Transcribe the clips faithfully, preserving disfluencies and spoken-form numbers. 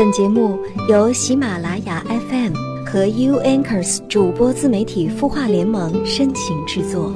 本节目由喜马拉雅 F M 和 U Anchors 主播自媒体孵化联盟深情制作。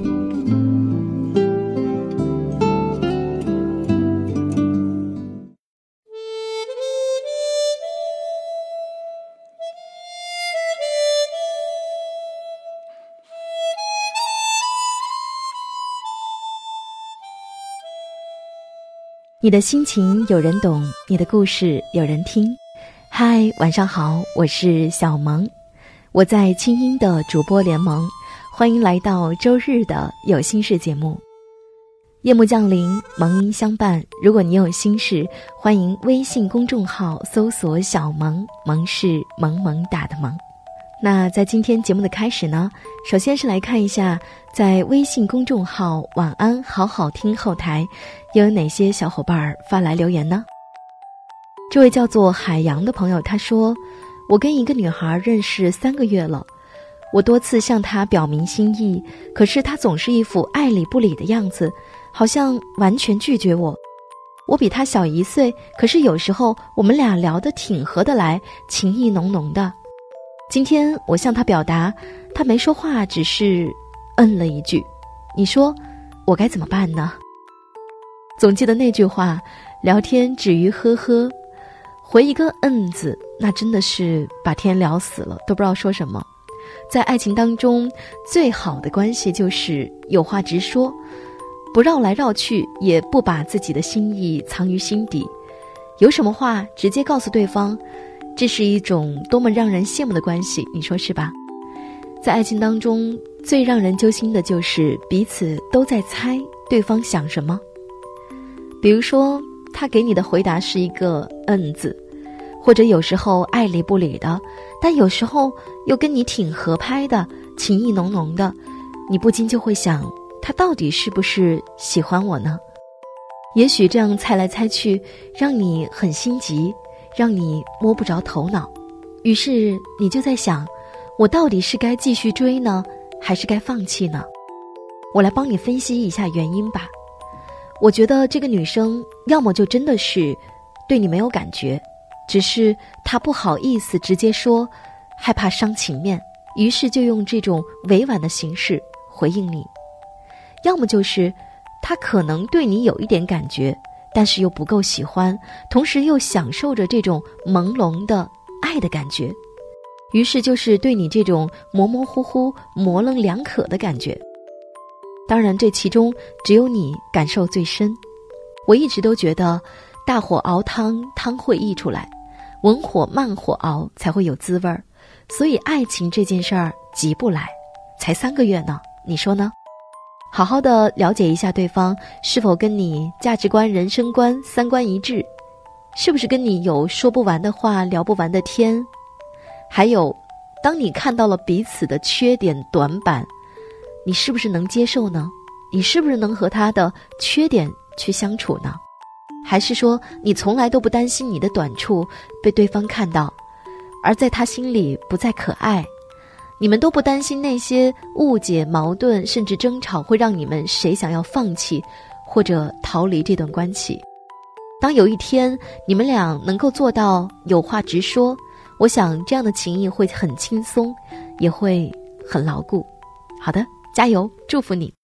你的心情有人懂，你的故事有人听。嗨，晚上好，我是小萌，我在清音的主播联盟，欢迎来到周日的有心事节目。夜幕降临，萌音相伴，如果你有心事，欢迎微信公众号搜索小萌，萌是萌萌打的萌。那在今天节目的开始呢，首先是来看一下在微信公众号晚安好好听后台又有哪些小伙伴发来留言呢？这位叫做海洋的朋友他说，我跟一个女孩认识三个月了，我多次向她表明心意，可是她总是一副爱理不理的样子，好像完全拒绝我。我比她小一岁，可是有时候我们俩聊得挺合得来，情意浓浓的。今天我向他表达，他没说话，只是嗯了一句。你说我该怎么办呢？总记得那句话，聊天止于呵呵，回一个嗯字，那真的是把天聊死了，都不知道说什么。在爱情当中，最好的关系就是有话直说，不绕来绕去，也不把自己的心意藏于心底，有什么话直接告诉对方，这是一种多么让人羡慕的关系，你说是吧？在爱情当中，最让人揪心的就是彼此都在猜对方想什么。比如说，他给你的回答是一个嗯字，或者有时候爱理不理的，但有时候又跟你挺合拍的，情意浓浓的，你不禁就会想，他到底是不是喜欢我呢？也许这样猜来猜去，让你很心急，让你摸不着头脑，于是你就在想，我到底是该继续追呢，还是该放弃呢？我来帮你分析一下原因吧。我觉得这个女生要么就真的是对你没有感觉，只是她不好意思直接说，害怕伤情面，于是就用这种委婉的形式回应你；要么就是她可能对你有一点感觉，但是又不够喜欢，同时又享受着这种朦胧的爱的感觉，于是就是对你这种模模糊糊模棱两可的感觉。当然这其中只有你感受最深。我一直都觉得大火熬汤，汤会溢出来，文火慢火熬才会有滋味儿，所以爱情这件事儿急不来，才三个月呢，你说呢？好好的了解一下对方是否跟你价值观、人生观、三观一致，是不是跟你有说不完的话、聊不完的天。还有，当你看到了彼此的缺点、短板，你是不是能接受呢？你是不是能和他的缺点去相处呢？还是说你从来都不担心你的短处被对方看到，而在他心里不再可爱？你们都不担心那些误解、矛盾甚至争吵会让你们谁想要放弃或者逃离这段关系。当有一天你们俩能够做到有话直说，我想这样的情谊会很轻松，也会很牢固。好的，加油，祝福你。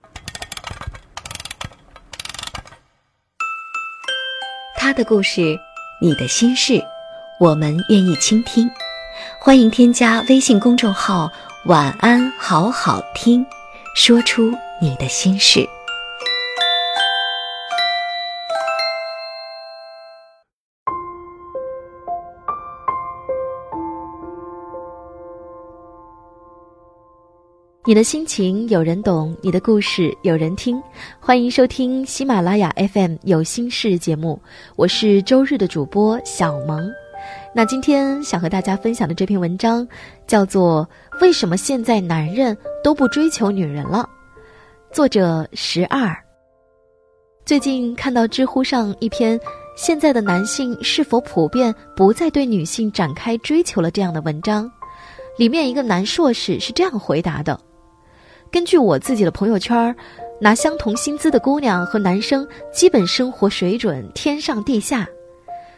他的故事，你的心事，我们愿意倾听。欢迎添加微信公众号晚安好好听，说出你的心事。你的心情有人懂，你的故事有人听。欢迎收听喜马拉雅 F M 有心事节目，我是周日的主播小萌。那今天想和大家分享的这篇文章叫做为什么现在男人都不追求女人了，作者十二。最近看到知乎上一篇现在的男性是否普遍不再对女性展开追求了这样的文章，里面一个男硕士是这样回答的：根据我自己的朋友圈，拿相同薪资的姑娘和男生基本生活水准天上地下，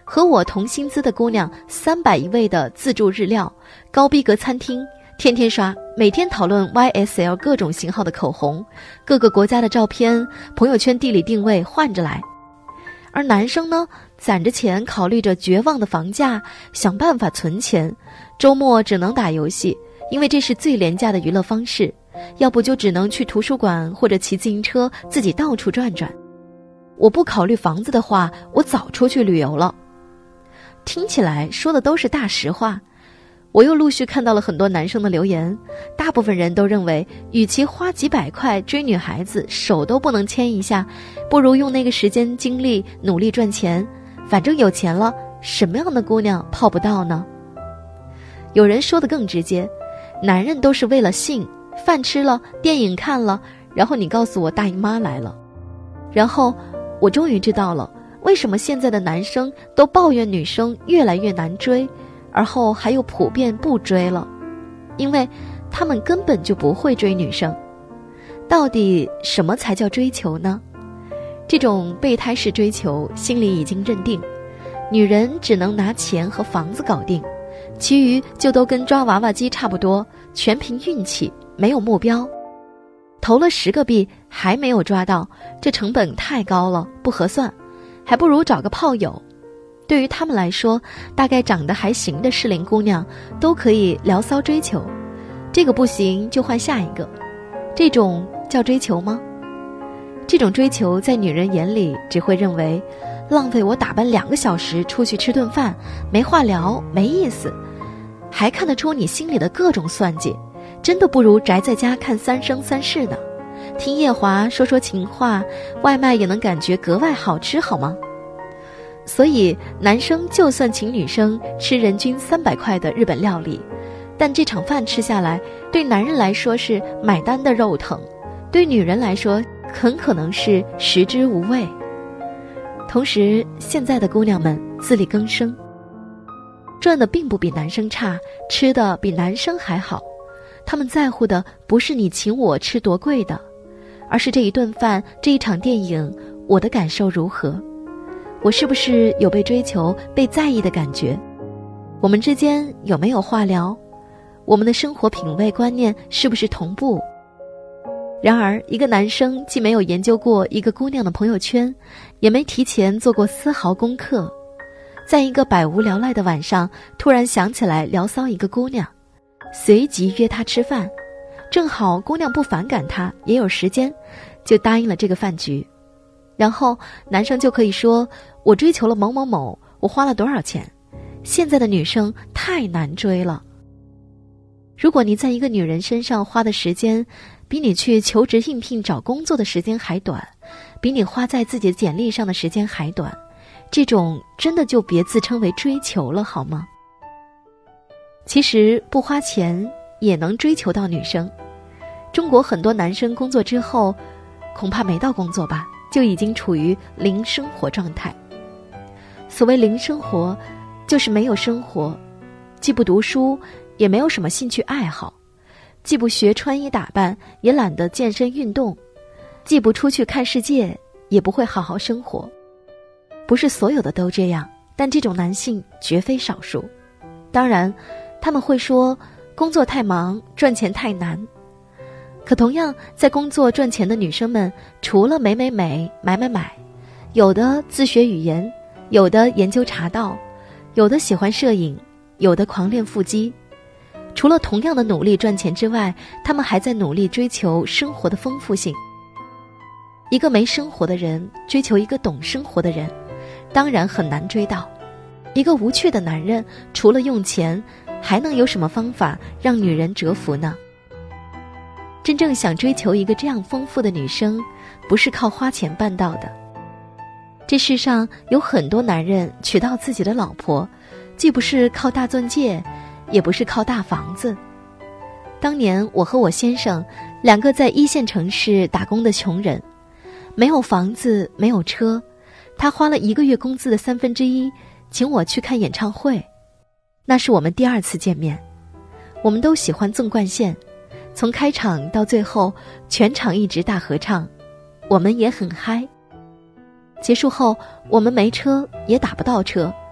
和我同薪资的姑娘，三百一位的自助日料，高逼格餐厅，天天刷，每天讨论 Y S L 各种型号的口红，各个国家的照片，朋友圈地理定位换着来。而男生呢，攒着钱，考虑着绝望的房价，想办法存钱，周末只能打游戏，因为这是最廉价的娱乐方式，要不就只能去图书馆或者骑自行车自己到处转转。我不考虑房子的话，我早出去旅游了。听起来说的都是大实话。我又陆续看到了很多男生的留言，大部分人都认为，与其花几百块追女孩子，手都不能牵一下，不如用那个时间精力努力赚钱，反正有钱了，什么样的姑娘泡不到呢？有人说的更直接，男人都是为了性，饭吃了，电影看了，然后你告诉我大姨妈来了。然后我终于知道了，为什么现在的男生都抱怨女生越来越难追，而后还有普遍不追了，因为他们根本就不会追女生。到底什么才叫追求呢？这种备胎式追求，心里已经认定，女人只能拿钱和房子搞定，其余就都跟抓娃娃机差不多，全凭运气，没有目标。投了十个币还没有抓到，这成本太高了，不合算，还不如找个炮友。对于他们来说，大概长得还行的适龄姑娘都可以聊骚追求，这个不行就换下一个。这种叫追求吗？这种追求在女人眼里只会认为，浪费我打扮两个小时出去吃顿饭，没话聊，没意思，还看得出你心里的各种算计，真的不如宅在家看三生三世呢，听夜华说说情话，外卖也能感觉格外好吃好吗？所以男生就算请女生吃人均三百块的日本料理，但这场饭吃下来，对男人来说是买单的肉疼，对女人来说很可能是食之无味。同时，现在的姑娘们自力更生，赚的并不比男生差，吃的比男生还好。他们在乎的不是你请我吃多贵的，而是这一顿饭，这一场电影，我的感受如何？我是不是有被追求、被在意的感觉？我们之间有没有话聊？我们的生活品味观念是不是同步？然而，一个男生既没有研究过一个姑娘的朋友圈，也没提前做过丝毫功课，在一个百无聊赖的晚上，突然想起来聊骚一个姑娘，随即约她吃饭，正好姑娘不反感他，也有时间，就答应了这个饭局。然后男生就可以说，我追求了某某某，我花了多少钱。现在的女生太难追了。如果你在一个女人身上花的时间比你去求职应聘找工作的时间还短，比你花在自己的简历上的时间还短，这种真的就别自称为追求了好吗？其实不花钱也能追求到女生。中国很多男生工作之后，恐怕没到工作吧，就已经处于零生活状态。所谓零生活，就是没有生活，既不读书，也没有什么兴趣爱好，既不学穿衣打扮，也懒得健身运动，既不出去看世界，也不会好好生活。不是所有的都这样，但这种男性绝非少数。当然，他们会说工作太忙，赚钱太难。可同样，在工作赚钱的女生们，除了美美美、买买买，有的自学语言，有的研究茶道，有的喜欢摄影，有的狂练腹肌。除了同样的努力赚钱之外，他们还在努力追求生活的丰富性。一个没生活的人追求一个懂生活的人，当然很难追到。一个无趣的男人，除了用钱，还能有什么方法让女人折服呢？真正想追求一个这样丰富的女生，不是靠花钱办到的。这世上有很多男人娶到自己的老婆，既不是靠大钻戒，也不是靠大房子。当年我和我先生两个在一线城市打工的穷人，没有房子，没有车，他花了一个月工资的三分之一请我去看演唱会。那是我们第二次见面。我们都喜欢纵贯线，从开场到最后全场一直大合唱，我们也很嗨。结束后我们没车，也打不到车，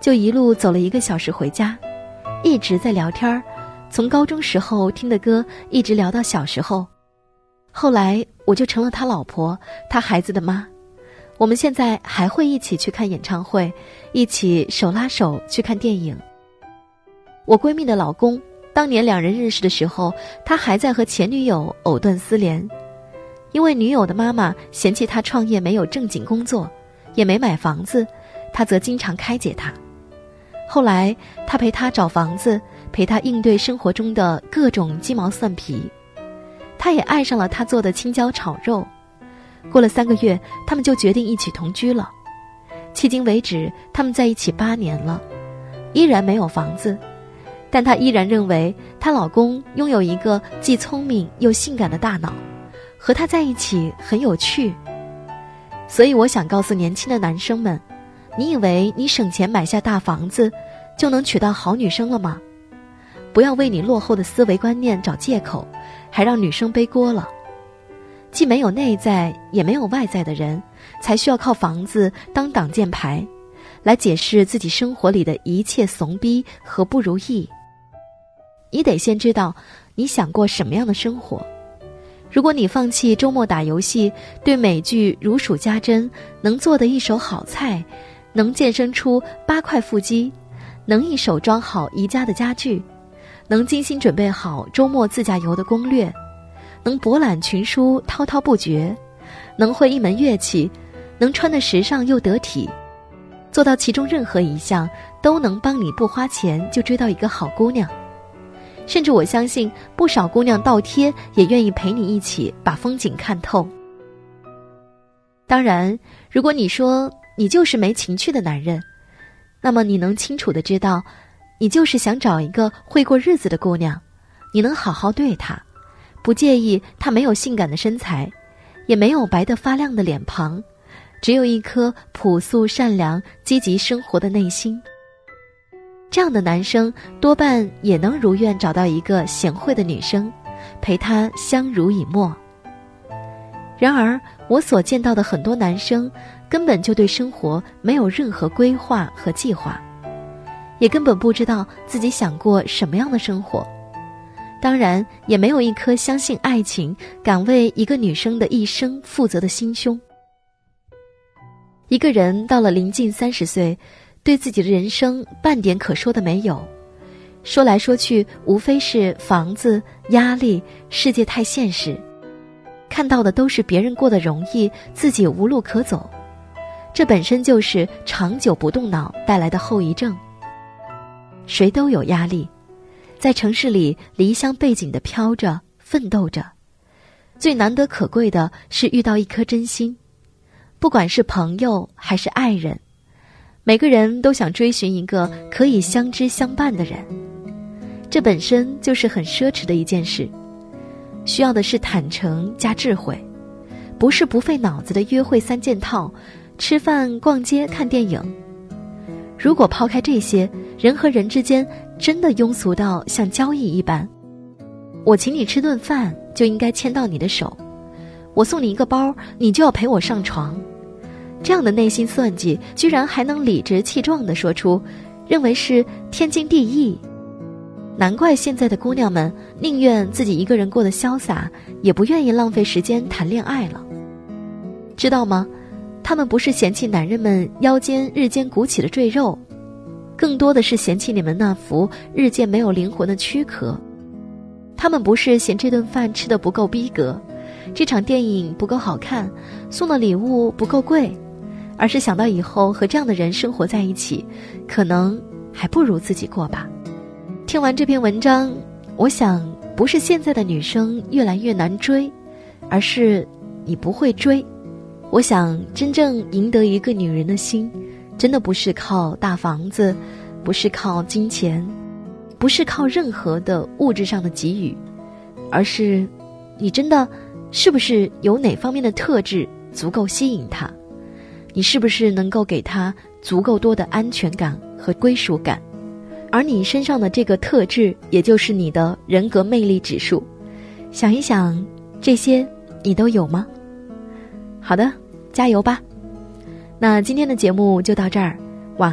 就一路走了一个小时回家，一直在聊天，从高中时候听的歌一直聊到小时候。后来我就成了他老婆，他孩子的妈。我们现在还会一起去看演唱会，一起手拉手去看电影。我闺蜜的老公，当年两人认识的时候，他还在和前女友藕断丝连，因为女友的妈妈嫌弃他创业没有正经工作，也没买房子，他则经常开解他。后来他陪他找房子，陪他应对生活中的各种鸡毛蒜皮，他也爱上了他做的青椒炒肉。过了三个月，他们就决定一起同居了。迄今为止，他们在一起八年了，依然没有房子，但她依然认为她老公拥有一个既聪明又性感的大脑，和他在一起很有趣。所以我想告诉年轻的男生们，你以为你省钱买下大房子就能娶到好女生了吗？不要为你落后的思维观念找借口，还让女生背锅了。既没有内在也没有外在的人，才需要靠房子当挡箭牌，来解释自己生活里的一切怂逼和不如意。你得先知道你想过什么样的生活。如果你放弃周末打游戏，对美剧如数家珍，能做的一手好菜，能健身出八块腹肌，能一手装好宜家的家具，能精心准备好周末自驾游的攻略，能博览群书滔滔不绝，能会一门乐器，能穿得时尚又得体，做到其中任何一项都能帮你不花钱就追到一个好姑娘。甚至我相信不少姑娘倒贴也愿意陪你一起把风景看透。当然，如果你说你就是没情趣的男人，那么你能清楚地知道，你就是想找一个会过日子的姑娘，你能好好对她，不介意她没有性感的身材，也没有白得发亮的脸庞，只有一颗朴素善良积极生活的内心。这样的男生多半也能如愿找到一个贤惠的女生，陪他相濡以沫。然而我所见到的很多男生根本就对生活没有任何规划和计划，也根本不知道自己想过什么样的生活，当然也没有一颗相信爱情，敢为一个女生的一生负责的心胸。一个人到了临近三十岁，对自己的人生半点可说的没有，说来说去无非是房子、压力，世界太现实，看到的都是别人过得容易，自己无路可走，这本身就是长久不动脑带来的后遗症。谁都有压力，在城市里离乡背井地飘着奋斗着，最难得可贵的是遇到一颗真心，不管是朋友还是爱人，每个人都想追寻一个可以相知相伴的人，这本身就是很奢侈的一件事，需要的是坦诚加智慧，不是不费脑子的约会三件套，吃饭、逛街、看电影。如果抛开这些，人和人之间真的庸俗到像交易一般，我请你吃顿饭就应该牵到你的手，我送你一个包，你就要陪我上床。这样的内心算计，居然还能理直气壮地说出，认为是天经地义。难怪现在的姑娘们宁愿自己一个人过得潇洒，也不愿意浪费时间谈恋爱了。知道吗？她们不是嫌弃男人们腰间日渐鼓起的赘肉，更多的是嫌弃你们那副日渐没有灵魂的躯壳。她们不是嫌这顿饭吃得不够逼格，这场电影不够好看，送的礼物不够贵，而是想到以后和这样的人生活在一起，可能还不如自己过吧。听完这篇文章，我想不是现在的女生越来越难追，而是你不会追。我想真正赢得一个女人的心，真的不是靠大房子，不是靠金钱，不是靠任何的物质上的给予，而是你真的是不是有哪方面的特质足够吸引她，你是不是能够给她足够多的安全感和归属感，而你身上的这个特质也就是你的人格魅力指数。想一想，这些你都有吗？好的，加油吧。那今天的节目就到这儿，晚安，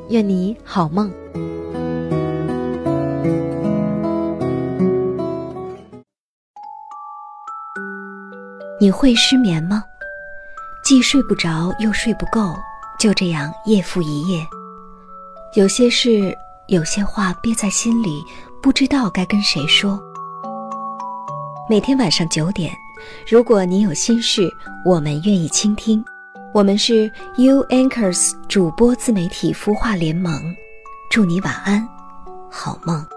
愿你好梦。你会失眠吗？既睡不着又睡不够，就这样夜复一夜。有些事，有些话憋在心里，不知道该跟谁说。每天晚上九点，如果你有心事，我们愿意倾听。我们是 You Anchors 主播自媒体孵化联盟，祝你晚安，好梦。